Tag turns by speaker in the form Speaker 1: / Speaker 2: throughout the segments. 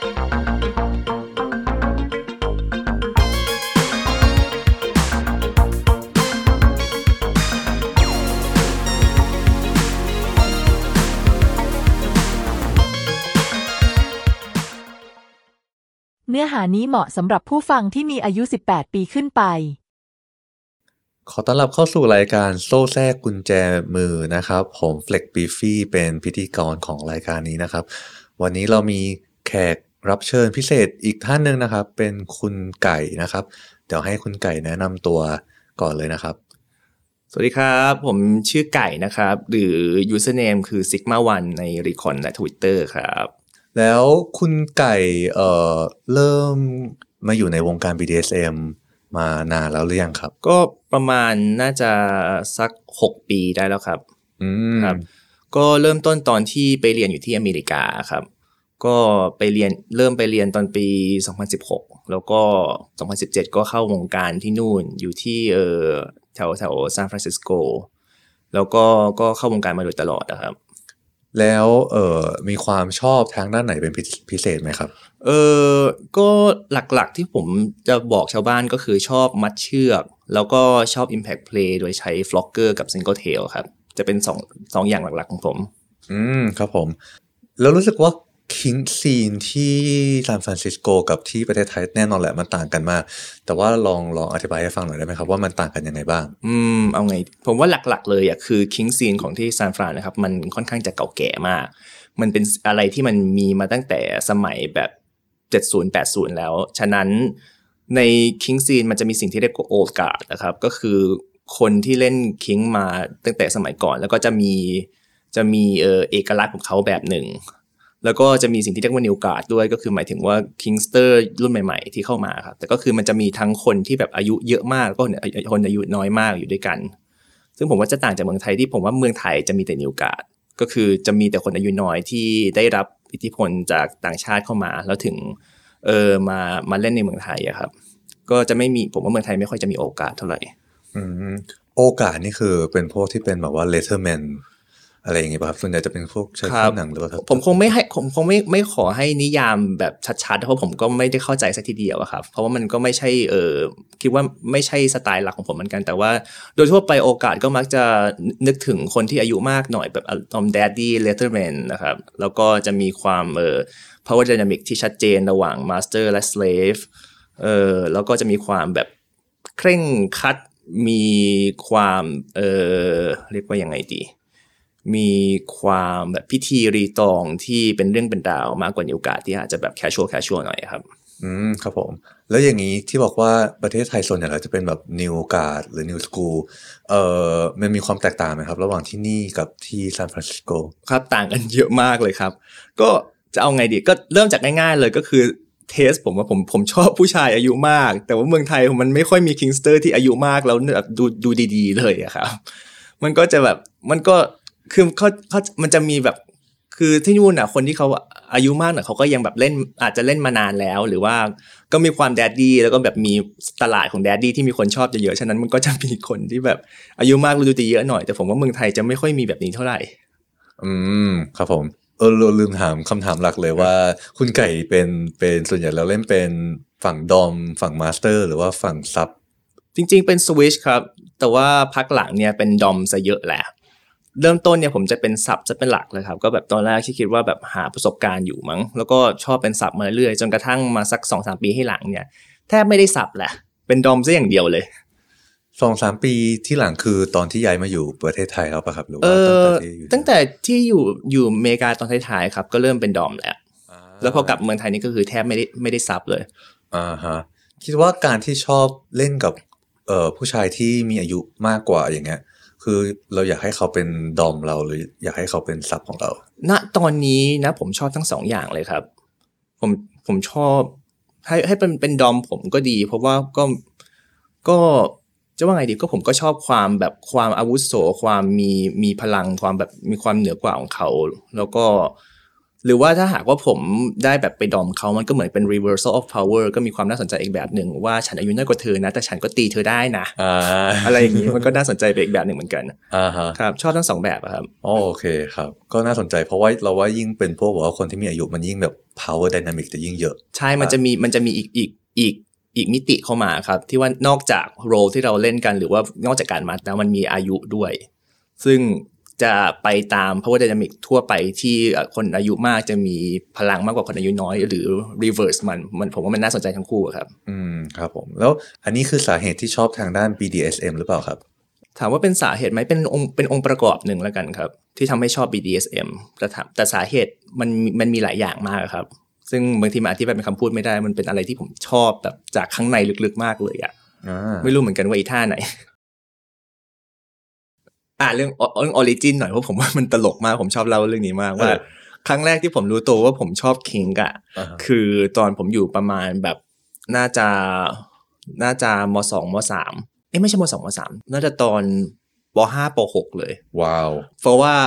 Speaker 1: เนื้อหานี้เหมาะสำหรับผู้ฟังที่มีอายุ18 ปีขึ้นไป
Speaker 2: ขอต้อนรับเข้าสู่รายการโซ่แทรกกุญแจมือนะครับผมเฟล็กปีฟี่เป็นพิธีกรของรายการนี้นะครับวันนี้เรามีแขกรับเชิญพิเศษอีกท่านหนึ่งนะครับเป็นคุณไก่นะครับเดี๋ยวให้คุณไก่แนะนำตัวก่อนเลยนะครับ
Speaker 3: สวัสดีครับผมชื่อไก่นะครับหรือ username คือ sigma 1ใน Recon และ Twitter ครับ
Speaker 2: แล้วคุณไก่เริ่มมาอยู่ในวงการ BDSM มานานแล้วหรือยังครับ
Speaker 3: ก็ประมาณน่าจะสัก6ปีได้แล้วครับครับก็เริ่มต้นตอนที่ไปเรียนอยู่ที่อเมริกาครับก็เริ่มไปเรียนตอนปี2016แล้วก็2017ก็เข้าวงการที่นู่นอยู่ที่แถวซานฟรานซิสโกแล้วก็เข้าวงการมาโดยตลอดนะครับ
Speaker 2: แล้วมีความชอบทางด้านไหนเป็นพิเศษไหมครับ
Speaker 3: ก็หลักๆที่ผมจะบอกชาวบ้านก็คือชอบมัดเชือกแล้วก็ชอบ impact play โดยใช้ flocker กับ single tail ครับจะเป็น2อย่างหลักๆของผม
Speaker 2: ครับผมแล้วรู้สึกว่าคิงซีนที่ซานฟรานซิสโกกับที่ประเทศไทยแน่นอนแหละมันต่างกันมากแต่ว่าลองอธิบายให้ฟังหน่อยได้ไหมครับว่ามันต่างกันยังไงบ้าง
Speaker 3: เอาไงผมว่าหลักๆเลยคือคิงซีนของที่ซานฟรานนะครับมันค่อนข้างจะเก่าแก่มากมันเป็นอะไรที่มันมีมาตั้งแต่สมัยแบบ70-80แล้วฉะนั้นในคิงซีนมันจะมีสิ่งที่เรียกว่าโอลด์การ์ดนะครับก็คือคนที่เล่นคิงมาตั้งแต่สมัยก่อนแล้วก็จะมีเอกลักษณ์ของเขาแบบหนึ่งแล้วก็จะมีสิ่งที่เรียกว่านิวการ์ดด้วยก็คือหมายถึงว่าคิงสเตอร์รุ่นใหม่ๆที่เข้ามาครับแต่ก็คือมันจะมีทั้งคนที่แบบอายุเยอะมากก็คนอายุน้อยมากอยู่ด้วยกันซึ่งผมว่าจะต่างจากเมืองไทยที่ผมว่าเมืองไทยจะมีแต่นิวการ์ดก็คือจะมีแต่คนอายุน้อยที่ได้รับอิทธิพลจากต่างชาติเข้ามาแล้วถึงมาเล่นในเมืองไทยครับก็จะไม่มีผมว่าเมืองไทยไม่ค่อยจะมีโอกาสเท่าไหร่
Speaker 2: โอกาสนี่คือเป็นพวกที่เป็นแบบว่าเลเทอร์แมนอะไรอย่างเงี้ยป่ะครับส่วนใหญ่จะเป็นพวกใช้เครื่องหนังหรือว่า
Speaker 3: ผมคงไม่ขอให้นิยามแบบชัดๆเพราะผมก็ไม่ได้เข้าใจสักทีเดียวอะครับเพราะว่ามันก็ไม่ใช่คิดว่าไม่ใช่สไตล์หลักของผมเหมือนกันแต่ว่าโดยทั่วไปโอกาสก็มักจะนึกถึงคนที่อายุมากหน่อยแบบDaddy Letterman นะครับแล้วก็จะมีความpower dynamic ที่ชัดเจนระหว่าง master และ slave แล้วก็จะมีความแบบเคร่งครัดมีความเรียกว่ายังไงดีมีความแบบพิธีรีตองที่เป็นเรื่องเป็นราวมากกว่านิวการ์ดที่อาจจะแบบแคชชวลหน่อยครับ
Speaker 2: ครับผมแล้วอย่างนี้ที่บอกว่าประเทศไทยส่วนใหญ่แล้วจะเป็นแบบนิวการ์ดหรือนิวสกูลมันมีความแตกต่างไหมครับระหว่างที่นี่กับที่ซานฟรานซิสโก
Speaker 3: ครับต่างกันเยอะมากเลยครับก็จะเอาไงดีก็เริ่มจากง่ายๆเลยก็คือเทสผมว่าผมชอบผู้ชายอายุมากแต่ว่าเมืองไทยมันไม่ค่อยมีคิงสเตอร์ที่อายุมากแล้วแบบดูดีๆเลยอะครับมันก็จะแบบมันก็คือเขามันจะมีแบบคือที่นู่นน่ะคนที่เขาอายุมากหน่อยเขาก็ยังแบบเล่นอาจจะเล่นมานานแล้วหรือว่าก็มีความแดดดี้แล้วก็แบบมีตลาดของแดดดี้ที่มีคนชอบเยอะๆฉะนั้นมันก็จะมีคนที่แบบอายุมากดูดีเยอะหน่อยแต่ผมว่าเมืองไทยจะไม่ค่อยมีแบบนี้เท่าไหร่
Speaker 2: ครับผมลืมถามคำถามหลักเลยว่าคุณไก่เป็นส่วนใหญ่แล้วเล่นเป็นฝั่งดอมฝั่งมาสเตอร์หรือว่าฝั่งซับ
Speaker 3: จริงๆเป็นสวิชครับแต่ว่าพักหลังเนี่ยเป็นดอมซะเยอะแหละเริ่มต้นเนี่ยผมจะเป็นซับจะเป็นหลักเลยครับก็แบบตอนแรกที่คิดว่าแบบหาประสบการณ์อยู่มั้งแล้วก็ชอบเป็นซับมาเรื่อยจนกระทั่งมาสัก 2-3 ปีให้หลังเนี่ยแทบไม่ได้ซับแหละเป็นดอมซะอย่างเดียวเลย
Speaker 2: 2-3 ปีที่หลังคือตอนที่ย้ายมาอยู่ประเทศไทยแล้วป่ะครับหรือว่า
Speaker 3: ตั้งแต่ที่อยู่อเมริกาตอนท้ายๆครับก็เริ่มเป็นดอมแล้วพอกลับเมืองไทยนี่ก็คือแทบไม่ได้ซับเลย
Speaker 2: ฮะคิดว่าการที่ชอบเล่นกับผู้ชายที่มีอายุมากกว่าอย่างเงี้ยคือเราอยากให้เขาเป็นดอมเราหรืออยากให้เขาเป็นซับของเรา
Speaker 3: ณตอนนี้นะผมชอบทั้ง2 อย่างเลยครับผมชอบให้เป็นดอมผมก็ดีเพราะว่าก็จะว่าไงดีก็ผมก็ชอบความแบบความอาวุโสความมีพลังความแบบมีความเหนือกว่าของเขาแล้วก็หรือว่าถ้าหากว่าผมได้แบบไปดอมเขามันก็เหมือนเป็น reversal of power ก็มีความน่าสนใจอีกแบบหนึ่งว่าฉันอายุน้อยกว่าเธอนะแต่ฉันก็ตีเธอได้นะอะไรอย่างนี้มันก็น่าสนใจไปอีกแบบหนึ่งเหมือนกันครับชอบทั้งสองแบบครับ
Speaker 2: โอเคครับก็น่าสนใจเพราะว่าเราว่ายิ่งเป็นพวกแบบว่าคนที่มีอายุมันยิ่งแบบ power dynamic จะยิ่งเยอะ
Speaker 3: ใช่มันจะมีอีกมิติเข้ามาครับที่ว่านอกจากโรลที่เราเล่นกันหรือว่านอกจากการมัดแล้วมันมีอายุด้วยซึ่งจะไปตาม power dynamic ทั่วไปที่คนอายุมากจะมีพลังมากกว่าคนอายุน้อยหรือ reverse มันผมว่ามันน่าสนใจทั้งคู่ครับ
Speaker 2: ครับผมแล้วอันนี้คือสาเหตุที่ชอบทางด้าน BDSM หรือเปล่าครับ
Speaker 3: ถามว่าเป็นสาเหตุไหมเป็นองค์ประกอบหนึ่งแล้วกันครับที่ทำให้ชอบ BDSM แต่สาเหตุมันมีหลายอย่างมากครับซึ่งบางทีมันอธิบายเป็นคำพูดไม่ได้มันเป็นอะไรที่ผมชอบแบบจากข้างในลึกๆมากเลยไม่รู้เหมือนกันว่าอีท่าไหนเรื่องออริจินหน่อยเพราะผมว่ามันตลกมากผมชอบเล่าเรื่องนี้มากว่าครั้งแรกที่ผมรู้ตัวว่าผมชอบคิงคือตอนผมอยู่ประมาณแบบน่าจะม.2 ม.3ไม่ใช่ม.2 ม.3น่าจะตอนป.5 ป.6เลย
Speaker 2: ว้าว
Speaker 3: เพราะว่า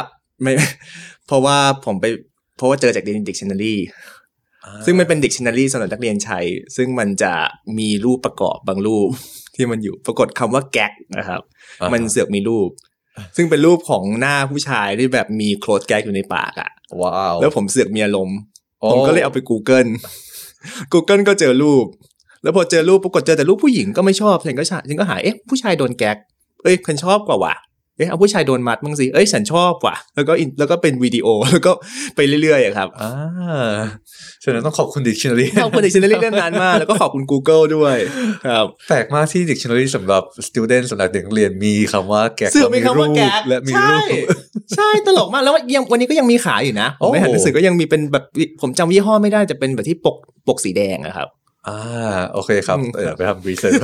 Speaker 3: เจอจากDictionaryซึ่งมันเป็น Dictionary สำหรับนักเรียนใช้ซึ่งมันจะมีรูปประกอบบางรูปที่มันอยู่ปรากฏคำว่าแก๊กนะครับมันเสือกมีรูปซึ่งเป็นรูปของหน้าผู้ชายที่แบบมีโคลดแก๊กอยู่ในปาก
Speaker 2: ว้าว
Speaker 3: แล้วผมเสือกมีอารมณ์ผมก็เลยเอาไป Google ก็เจอรูปแล้วพอเจอรูปปรากฏเจอแต่รูปผู้หญิงก็ไม่ชอบฉันก็หาผู้ชายโดนแก๊กฉันชอบกว่าว่ะเอาผู้ชายโดนมัดบ้างสิฉันชอบว่ะแล้วก็เป็นวิดีโอแล้วก็ไปเรื่อยๆครับ
Speaker 2: ฉะนั้นต้องขอบคุณ Dictionary
Speaker 3: ขอบคุณ Dictionary เรื่องนั้นมากแล้วก็ขอบคุณ Google ด้วยครับ
Speaker 2: แปลกมากที่ Dictionary สำหรับ student สำหรับเด็กนักเรียนมีคำว่าแก๊ก
Speaker 3: มีคำว่าแก๊กและมีรูปใช่ตลกมากแล้ววันนี้ก็ยังมีขายอยู่นะผมไปหาหนังสือก็ยังมีเป็นแบบผมจำยี่ห้อไม่ได้จะเป็นแบบที่ปกสีแดงครับ
Speaker 2: โอเคครับไปทำรีเสิร์ช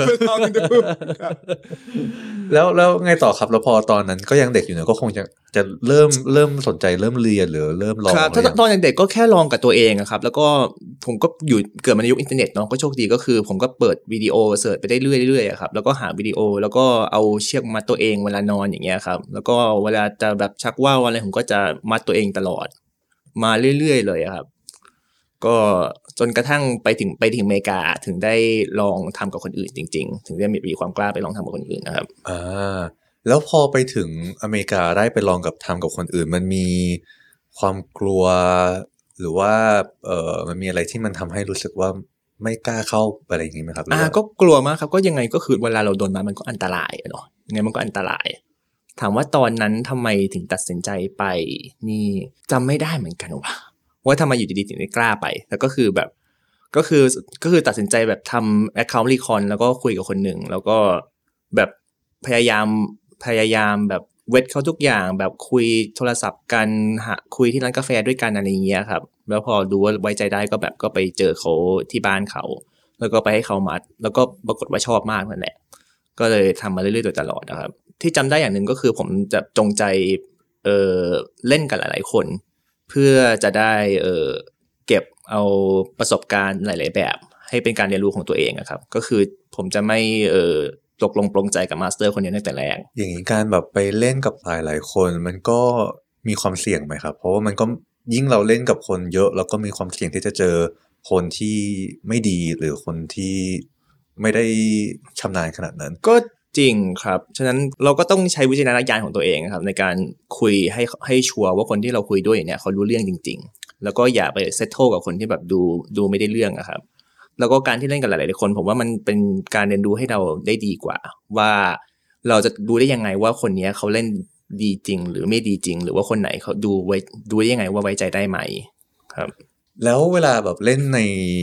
Speaker 2: แล้วไงต่อครับแล้วพอตอนนั้นก็ยังเด็กอยู่เนอะก็คงจะเริ่มสนใจเริ่มเรียนหรือเริ่มลอง
Speaker 3: ครับถ้าตอนเด็กก็แค่ลองกับตัวเองครับแล้วก็ผมก็เกิดมาในยุคอินเทอร์เน็ตเนาะก็โชคดีก็คือผมก็เปิดวิดีโอเสิร์ชไปได้เรื่อยๆครับแล้วก็หาวิดีโอแล้วก็เอาเชือกมัดตัวเองเวลานอนอย่างเงี้ยครับแล้วก็เวลาจะแบบชักว่าวอะไรผมก็จะมัดตัวเองตลอดมาเรื่อยๆเลยครับก็จนกระทั่งไปถึงอเมริกาถึงได้ลองทำกับคนอื่นจริงๆถึงได้มีความกล้าไปลองทำกับคนอื่นนะครับ
Speaker 2: แล้วพอไปถึงอเมริกาได้ไปลองทำกับคนอื่นมันมีความกลัวหรือว่ามันมีอะไรที่มันทำให้รู้สึกว่าไม่กล้าเข้าอะไรอย่างนี้ไหมครับ
Speaker 3: ก็กลัวมากครับก็ยังไงก็คือเวลาเราโดนมันก็อันตรายเนาะยังไงมันก็อันตรายถามว่าตอนนั้นทำไมถึงตัดสินใจไปนี่จำไม่ได้เหมือนกันว่าทำไมอยู่ดีๆถึงได้กล้าไปแล้วก็คือแบบก็คือตัดสินใจแบบทำ account recon แล้วก็คุยกับคนหนึ่งแล้วก็แบบพยายามแบบเวทเขาทุกอย่างแบบคุยโทรศัพท์กันคุยที่ร้านกาแฟด้วยกันอะไรอย่างเงี้ยครับแล้วพอดูว่าไว้ใจได้ก็แบบก็ไปเจอเขาที่บ้านเขาแล้วก็ไปให้เขามัดแล้วก็ปรากฏว่าชอบมากนั่นแหละก็เลยทำมาเรื่อยๆโดยตลอดนะครับที่จำได้อย่างหนึ่งก็คือผมจะจงใจเล่นกับหลายๆคนเพื่อจะได้เก็บเอาประสบการณ์หลายๆแบบให้เป็นการเรียนรู้ของตัวเองครับก็คือผมจะไม่ตกลงปลงใจกับมาสเตอร์คนนี้ตั้งแต่แรก
Speaker 2: อย่างนี้การแบบไปเล่นกับหลายๆคนมันก็มีความเสี่ยงไหมครับเพราะว่ามันก็ยิ่งเราเล่นกับคนเยอะแล้วก็มีความเสี่ยงที่จะเจอคนที่ไม่ดีหรือคนที่ไม่ได้ชำนาญขนาดนั้น
Speaker 3: ก็จริงครับฉะนั้นเราก็ต้องใช้วิจารณญาณของตัวเองครับในการคุยให้ชัวร์ว่าคนที่เราคุยด้วยเนี่ยเขารู้เรื่องจริงๆแล้วก็อย่าไปเซตเทิลกับคนที่แบบดูไม่ได้เรื่องครับแล้วก็การที่เล่นกับหลายๆคนผมว่ามันเป็นการเรียนรู้ให้เราได้ดีกว่าว่าเราจะดูได้ยังไงว่าคนนี้เขาเล่นดีจริงหรือไม่ดีจริงหรือว่าคนไหนเขาดูได้ยังไงว่าไว้ใจได้ไหมครับ
Speaker 2: แล้วเวลาแบบเล่นใน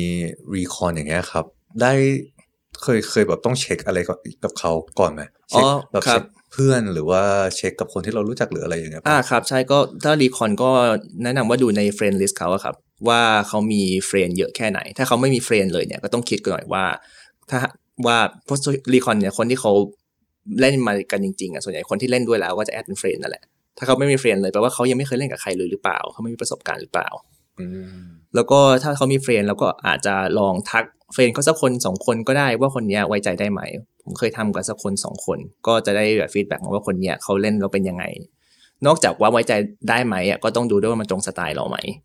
Speaker 2: Recon อย่างเงี้ยครับได้เคยแบบต้องเช็คอะไรกับเขาก่อนไหมเช็คแบบเช็คเพื่อนหรือว่าเช็คกับคนที่เรารู้จักหรืออะไรอย่างเงี้ย
Speaker 3: ครับใช่ก็ถ้า Recon ก็แนะนำว่าดูใน friend list เขาครับว่าเขามีเฟรนด์เยอะแค่ไหนถ้าเขาไม่มีเฟรนด์เลยเนี่ยก็ต้องคิดกันหน่อยว่าเพราะรีคอนเนี่ยคนที่เขาเล่นมากันจริงๆส่วนใหญ่คนที่เล่นด้วยแล้วก็จะแอดเป็นเฟรนด์นั่นแหละถ้าเขาไม่มีเฟรนด์เลยแปลว่าเขายังไม่เคยเล่นกับใครเลยหรือเปล่าเขาไม่มีประสบการณ์หรือเปล่าแล้วก็ถ้าเขามีเฟรนด์แล้วก็อาจจะลองทักเฟรนด์เขาสักคน2คนก็ได้ว่าคนนี้ไว้ใจได้ไหมผมเคยทำกับสักคน2คนก็จะได้แบบฟีดแบ็กมาว่าคนนี้เขาเล่นเราเป็นยังไงนอกจากว่าไว้ใจได้ไหมก็ต้องดูด้วยว่ามันตรงสไตล์เราไหม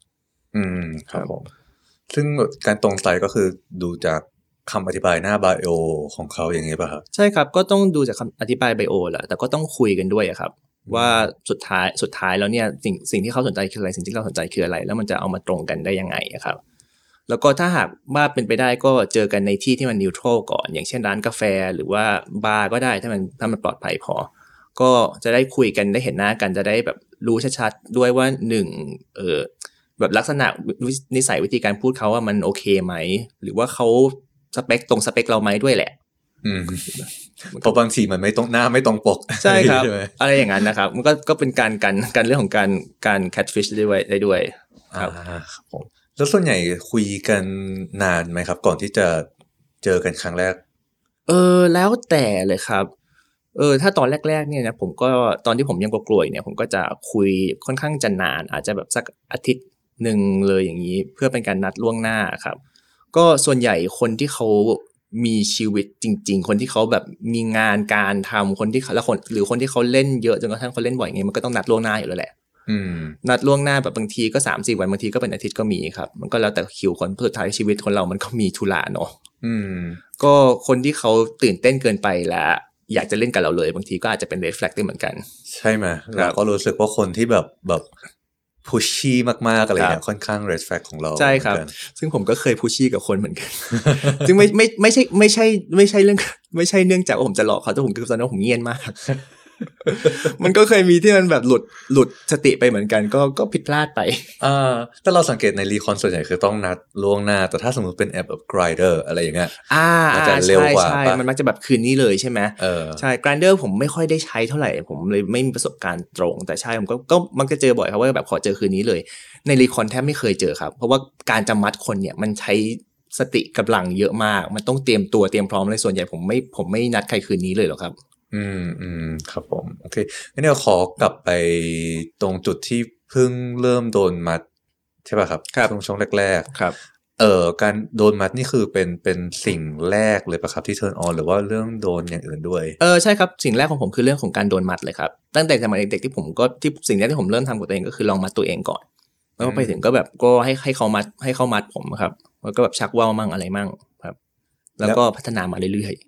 Speaker 2: ครับผมซึ่งการตรงไซส์ก็คือดูจากคำอธิบายหน้าไบโอของเขาอย่างนี้ป่ะครับ
Speaker 3: ใช่ครับก็ต้องดูจากคำอธิบายไบโอแหละแต่ก็ต้องคุยกันด้วยอะครับว่าสุดท้ายแล้วเนี่ยสิ่งที่เขาสนใจคืออะไรสิ่งที่เราสนใจคืออะไรแล้วมันจะเอามาตรงกันได้ยังไงอะครับแล้วก็ถ้าหากว่าเป็นไปได้ก็เจอกันในที่ที่มันนิวทรัลก่อนอย่างเช่นร้านกาแฟหรือว่าบาร์ก็ได้ถ้ามันปลอดภัยพอก็จะได้คุยกันได้เห็นหน้ากันจะได้แบบรู้ชัดๆด้วยว่าแบบลักษณะนิสัยวิธีการพูดเขาว่ามันโอเคไหมหรือว่าเขาสเปคเราไหมด้วยแหละ
Speaker 2: เพราะบางทีมันไม่ตรงหน้าไม่ตรงปก
Speaker 3: ใช่ครับ อะไรอย่างนั้นนะครับมันก็เป็นการเรื่องของการ catfish ได้ด้วยครับ
Speaker 2: ครับผมแล้วส่วนใหญ่คุยกันนานไหมครับก่อนที่จะเจอกันครั้งแรก
Speaker 3: แล้วแต่เลยครับถ้าตอนแรกๆเนี่ยนะผมก็ตอนที่ผมยังกลัวๆเนี่ยผมก็จะคุยค่อนข้างจะนานอาจจะแบบสักอาทิตย์หนึ่งเลยอย่างนี้เพื่อเป็นการนัดล่วงหน้าครับก็ส่วนใหญ่คนที่เขามีชีวิตจริงๆคนที่เขาแบบมีงานการทำคนที่แล้วคนหรือคนที่เขาเล่นเยอะจนกระทั่งเขาเล่นบ่อยไงมันก็ต้องนัดล่วงหน้าอยู่แล้วแหละนัดล่วงหน้าแบบบางทีก็ 3-4 วันบางทีก็เป็นอาทิตย์ก็มีครับมันก็แล้วแต่คิวคนสุดท้ายชีวิตคนเรามันก็มีธุระเนาะก็คนที่เขาตื่นเต้นเกินไปและอยากจะเล่นกับเราเลยบางทีก็อาจจะเป็น red flag ได้เหมือนกัน
Speaker 2: ใช่ไหมเราก็รู้สึกว่าคนที่แบบพุชชี่มากๆอะไรเนี่ยค่อนข้าง red flag ของเรา
Speaker 3: ใช่ครับซึ่งผมก็เคยพุชชี่กับคนเหมือนกันซึ่งไม่ใช่เนื่องจากว่าผมจะหลอกเขาแต่ผมคือตอนนั้นผมเงียนมากมันก็เคยมีที่มันแบบหลุดสติไปเหมือนกันก็ผิดพลาดไป
Speaker 2: แต่เราสังเกตในรีคอนส่วนใหญ่คือต้องนัดล่วงหน้าแต่ถ้าสมมติเป็นแอปแบบ Grindr อะไรอย่างเงี้ยมันจะเร็วกว่า
Speaker 3: ใช่มันมักจะแบบคืนนี้เลยใช่ไหมใช่ Grindr ผมไม่ค่อยได้ใช้เท่าไหร่ผมเลยไม่มีประสบการณ์ตรงแต่ใช่ผมก็มักจะเจอบ่อยครับว่าแบบขอเจอคืนนี้เลยในรีคอนแทบไม่เคยเจอครับเพราะว่าการจะมัดคนเนี่ยมันใช้สติกำลังเยอะมากมันต้องเตรียมพร้อมเลยส่วนใหญ่ผมไม่นัดใครคืนนี้เลยหรอกครับ
Speaker 2: ครับผมโอเคงั้นเดี๋ยวขอกลับไปตรงจุดที่เพิ่งเริ่มโดนมัดใช่ป่ะครับช่วงแรก
Speaker 3: ๆครับ
Speaker 2: การโดนมัดนี่คือเป็นสิ่งแรกเลยป่ะครับที่ turn on หรือว่าเรื่องโดนอย่างอื่นด้วย
Speaker 3: ใช่ครับสิ่งแรกของผมคือเรื่องของการโดนมัดเลยครับตั้งแต่สมัยเด็กๆที่สิ่งแรกที่ผมเริ่มทำกับตัวเองก็คือลองมัดตัวเองก่อนแล้วไปถึงก็แบบก็ให้เขามัดผมครับแล้วก็แบบชักว่าวมั่งอะไรมั่งครับแล้วก็พัฒนามาเรื่อย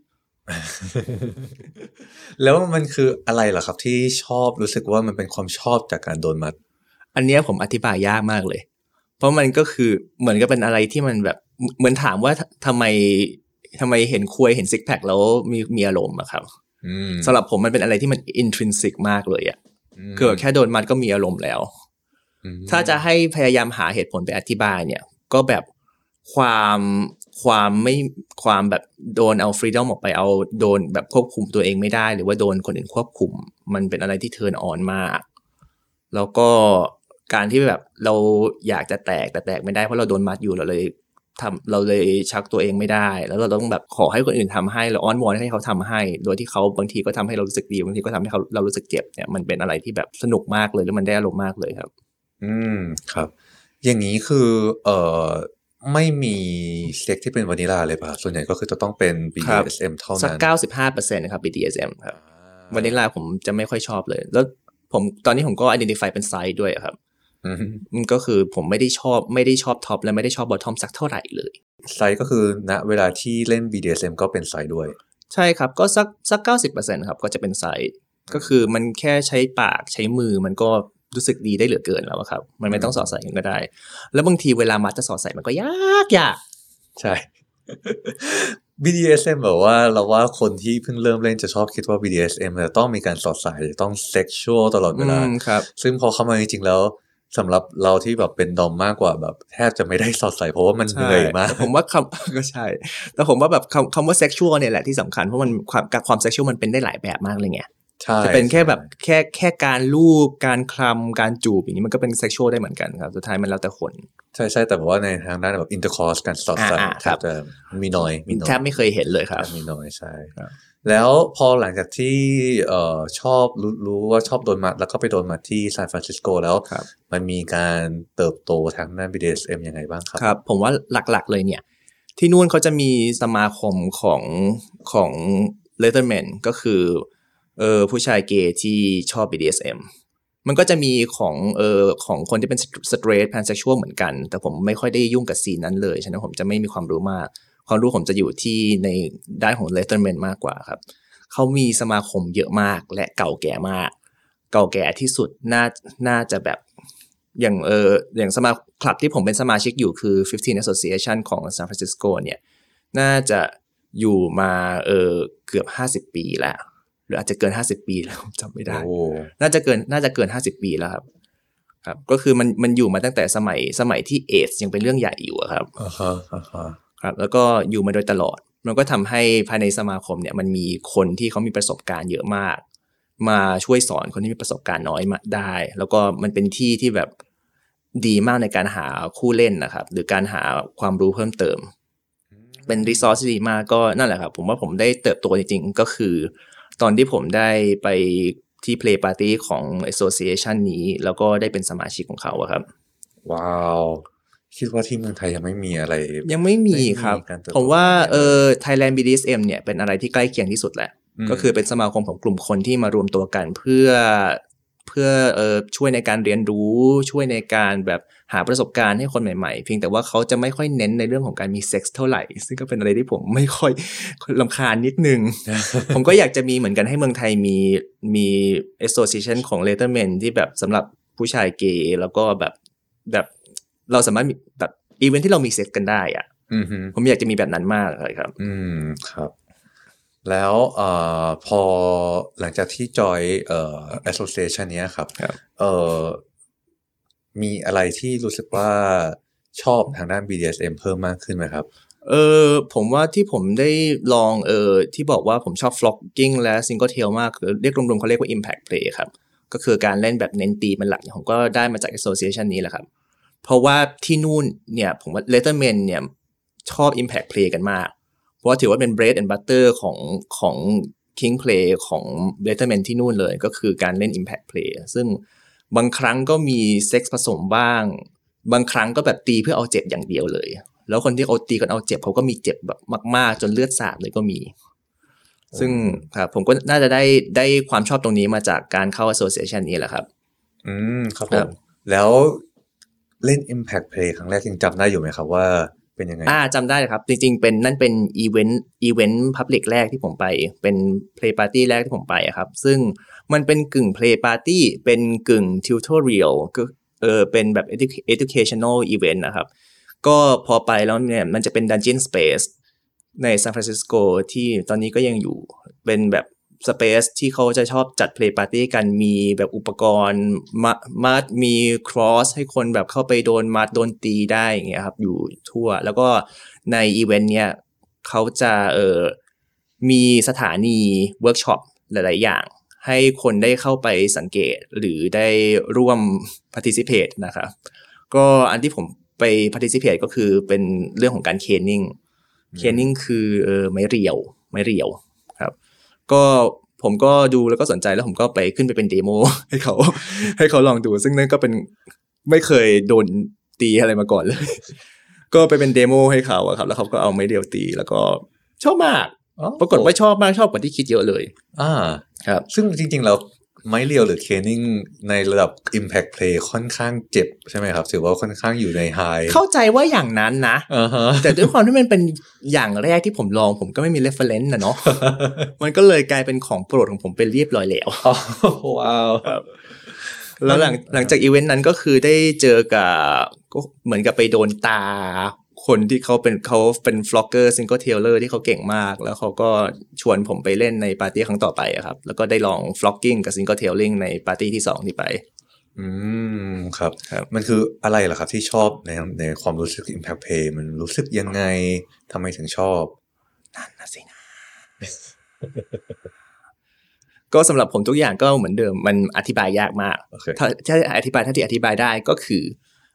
Speaker 2: ๆแล้วมันคืออะไรเหรอครับที่ชอบรู้สึกว่ามันเป็นความชอบจากการโดนมัด
Speaker 3: อันนี้ผมอธิบายยากมากเลยเพราะมันก็คือเหมือนกับเป็นอะไรที่มันแบบเหมือนถามว่าทำไมเห็นควยเห็นซิกแพคแล้วมีอารมณ์อะครับสำหรับผมมันเป็นอะไรที่มัน intrinsic มากเลยอะคือแค่โดนมัดก็มีอารมณ์แล้วถ้าจะให้พยายามหาเหตุผลไปอธิบายเนี่ยก็แบบความแบบโดนเอาฟรีดอมออกไปเอาโดนแบบควบคุมตัวเองไม่ได้หรือว่าโดนคนอื่นควบคุมมันเป็นอะไรที่เทิร์นออนมากแล้วก็การที่แบบเราอยากจะแตกแต่แตกไม่ได้เพราะเราโดนมัดอยู่เราเลยชักตัวเองไม่ได้แล้วเราต้องแบบขอให้คนอื่นทำให้เราอ้อนวอนให้เขาทำให้โดยที่เขาบางทีก็ทำให้เรารู้สึกดีบางทีก็ทำให้เรารู้สึกเจ็บเนี่ยมันเป็นอะไรที่แบบสนุกมากเลยแล้วมันได้อารมณ์มากเลยครับ
Speaker 2: ครับอย่างนี้คือไม่มีเซ็กที่เป็นวานิลาเลยป่ะส่วนใหญ่ก็คือจะต้องเป็น BDSM เท่านั้น
Speaker 3: สัก 95% นะครับ BDSM ครับวานิลาผมจะไม่ค่อยชอบเลยแล้วตอนนี้ผมก็ identify เป็นไซด์ด้วยครับมันก็คือผมไม่ได้ชอบท็อปและไม่ได้ชอบบอททอมสักเท่าไหร่เลย
Speaker 2: ไซด์ก็คือณเวลาที่เล่น BDSM ก็เป็นไซด์ด้วย
Speaker 3: ใช่ครับก็สัก 90% ครับก็จะเป็นไซด์ก็คือมันแค่ใช้ปากใช้มือมันก็รู้สึกดีได้เหลือเกินแล้วครับมันไม่ต้องสอดใส่กันก็ได้แล้วบางทีเวลามัดจะสอดใส่มันก็ยาก
Speaker 2: ใช่ BDSM แบบว่าเราว่าคนที่เพิ่งเริ่มเล่นจะชอบคิดว่า BDSM จะต้องมีการสอดใส่ต้องเซ็กชวลตลอดเวลาซึ่งพอเข้ามาจริงๆแล้วสำหรับเราที่แบบเป็นดอมมากกว่าแบบแทบจะไม่ได้สอดใส่เพราะว่ามันเหนื่อยมาก
Speaker 3: ผมว่าก็ใช่แต่ผมว่าแบบคำว่าเซ็กชวลเนี่ยแหละที่สำคัญเพราะมันความเซ็กชวลมันเป็นได้หลายแบบมากเลยไงจะเป็นแค่แบบแค่การลูบการคลำการจูบอย่างนี้มันก็เป็นเซ็กชวลได้เหมือนกันครับสุดท้ายมันแล้วแต่คน
Speaker 2: ใช่แต่แบบว่าในทางด้านแบบอินเตอร์คอร์สการสอดใส่แทบจะมีน้อย
Speaker 3: แทบไม่เคยเห็นเลยครับ
Speaker 2: มีน้อยใช่แล้วพอหลังจากที่ชอบรู้ว่าชอบโดนมัดแล้วก็ไปโดนมัดที่ซานฟรานซิสโกแล้วมันมีการเติบโตทางด้าน BDSM ยังไงบ้างครับ
Speaker 3: ครับผมว่าหลักๆเลยเนี่ยที่นู่นเขาจะมีสมาคมของ Letterman ก็คือผู้ชายเกย์ที่ชอบ BDSM มันก็จะมีของคนที่เป็นสเตรทแพนเซ็กชวลเหมือนกันแต่ผมไม่ค่อยได้ยุ่งกับซีนนั้นเลยฉะนั้นผมจะไม่มีความรู้มากความรู้ผมจะอยู่ที่ในด้านของ Letterman มากกว่าครับเขามีสมาคมเยอะมากและเก่าแก่มากเก่าแก่ที่สุดน่าจะแบบอย่างสมาคลับที่ผมเป็นสมาชิกอยู่คือ15 Association ของ San Francisco เนี่ยน่าจะอยู่มาเกือบ50 ปีแล้วหรืออาจจะเกิน50 ปีแล้วจำไม่ได้น่าจะเกิน50 ปีแล้วครับก็คือมันอยู่มาตั้งแต่สมัยที่เอดส์ยังเป็นเรื่องใหญ่อยู่ครับครับแล้วก็อยู่มาโดยตลอดมันก็ทำให้ภายในสมาคมเนี่ยมันมีคนที่เขามีประสบการณ์เยอะมากมาช่วยสอนคนที่มีประสบการณ์น้อยมาได้แล้วก็มันเป็นที่ที่แบบดีมากในการหาคู่เล่นนะครับหรือการหาความรู้เพิ่มเติมเป็นรีซอสที่ดีมากก็นั่นแหละครับผมว่าผมได้เติบโตจริงๆก็คือตอนที่ผมได้ไปที่ Play Party ของ Association นี้แล้วก็ได้เป็นสมาชิกของเขาครับ
Speaker 2: ว้าวคิดว่าที่เมืองไทยยังไม่มีอะไร
Speaker 3: ยังไม่มีครับผมว่าThailand BDSM เนี่ยเป็นอะไรที่ใกล้เคียงที่สุดแหละก็คือเป็นสมาคมของกลุ่มคนที่มารวมตัวกันเพื่อช่วยในการเรียนรู้ช่วยในการแบบหาประสบการณ์ให้คนใหม่ๆเพียงแต่ว่าเขาจะไม่ค่อยเน้นในเรื่องของการมีเซ็กส์เท่าไหร่ซึ่งก็เป็นอะไรที่ผมไม่ค่อยรำคาญนิดนึง ผมก็อยากจะมีเหมือนกันให้เมืองไทยมี association ของ Letterman ที่แบบสำหรับผู้ชายเกย์แล้วก็แบบเราสามารถแบบอีเวนท์ที่เรามีเซ็กส์กันได้อ่ะผมอยากจะมีแบบนั้นมากเลยครับ
Speaker 2: ครับแล้วพอหลังจากที่จอยassociation เนี้ยครับมีอะไรที่รู้สึกว่าชอบทางด้าน BDSM เพิ่มมากขึ้นไหมครับ
Speaker 3: ผมว่าที่ผมได้ลองที่บอกว่าผมชอบ flogging และ single tail มากเรียกรวมๆเขาเรียกว่า impact play ครับก็คือการเล่นแบบเน้นตีเป็นหลักผมก็ได้มาจาก association นี้แหละครับเพราะว่าที่นู่นเนี่ยผมว่า Letterman เนี่ยชอบ impact play กันมากเพราะว่าถือว่าเป็น bread and butter ของ king play ของ Letterman ที่นู่นเลยก็คือการเล่น impact play ซึ่งบางครั้งก็มีเซ็กส์ผสมบ้างบางครั้งก็แบบตีเพื่อเอาเจ็บอย่างเดียวเลยแล้วคนที่เขาตีกันเอาเจ็บเขาก็มีเจ็บแบบมากๆจนเลือดสาดเลยก็มีซึ่งครับผมก็น่าจะได้ความชอบตรงนี้มาจากการเข้า association นี้แหละครับ
Speaker 2: ครับผมแล้วเล่น impact play ครั้งแรกยังจำได้อยู่ไหมครับว่าเป็นยังไง
Speaker 3: จำได้ครับจริงๆนั่นเป็นอีเวนต์ public แรกที่ผมไปเป็น play party แรกที่ผมไปครับซึ่งมันเป็นกึ่ง play party เป็นกึ่ง tutorial ก็เป็นแบบ educational event นะครับก็พอไปแล้วเนี่ยมันจะเป็น Dungeon Space ในซานฟรานซิสโกที่ตอนนี้ก็ยังอยู่เป็นแบบสเปซที่เขาจะชอบจัด play party กันมีแบบอุปกรณ์มัดมี cross ให้คนแบบเข้าไปโดนมัดโดนตีได้อย่างเงี้ยครับอยู่ทั่วแล้วก็ในอีเวนต์เนี้ยเขาจะมีสถานีเวิร์กช็อปหลายๆอย่างให้คนได้เข้าไปสังเกตหรือได้ร่วม participate นะครับก็อันที่ผมไป participate ก็คือเป็นเรื่องของการ caning คือไม้เรียวครับก็ผมก็ดูแล้วก็สนใจแล้วผมก็ขึ้นไปเป็นเดโมให้เขาลองดูซึ่งนั่นก็เป็นไม่เคยโดนตีอะไรมาก่อนเลยก็ไปเป็นเดโมให้เขาอะครับแล้วเขาก็เอาไม้เรียวตีแล้วก็ชอบมากปรากฏว่าชอบมากชอบกว่าที่คิดเยอะเลย
Speaker 2: ครับซึ่งจริงๆแล้วไม้เรียวหรือ caning ในระดับ impact play ค่อนข้างเจ็บใช่ไหมครับถือว่าค่อนข้างอยู่ใน high
Speaker 3: เข้าใจว่าอย่างนั้นนะแต่ด้วยความที่มันเป็นอย่างแรกที่ผมลองผมก็ไม่มี reference นะเนาะ มันก็เลยกลายเป็นของโปรดของผมเป็นเรียบร้อยแล้ว
Speaker 2: ว้าว
Speaker 3: แล้วหลังจากอีเวนต์นั้นก็คือได้เจอกับก็เหมือนกับไปโดนตาคนที่เขาเป็นฟล็อกเกอร์ซิงเกิลเทเลอร์ที่เขาเก่งมากแล้วเขาก็ชวนผมไปเล่นในปาร์ตี้ครั้งต่อไปครับแล้วก็ได้ลองฟล็อกกิ้งกับซิงเกิลเทลลิงในปาร์ตี้ที่2ที่ไป
Speaker 2: ครับมันคืออะไรล่ะครับที่ชอบในความรู้สึก Impact Play มันรู้สึกยังไงทำไมถึงชอบ
Speaker 3: นั่นนะสินะก็สำหรับผมทุกอย่างก็เหมือนเดิมมันอธิบายยากมากถ้าอธิบายเท่าที่อธิบายได้ก็คือ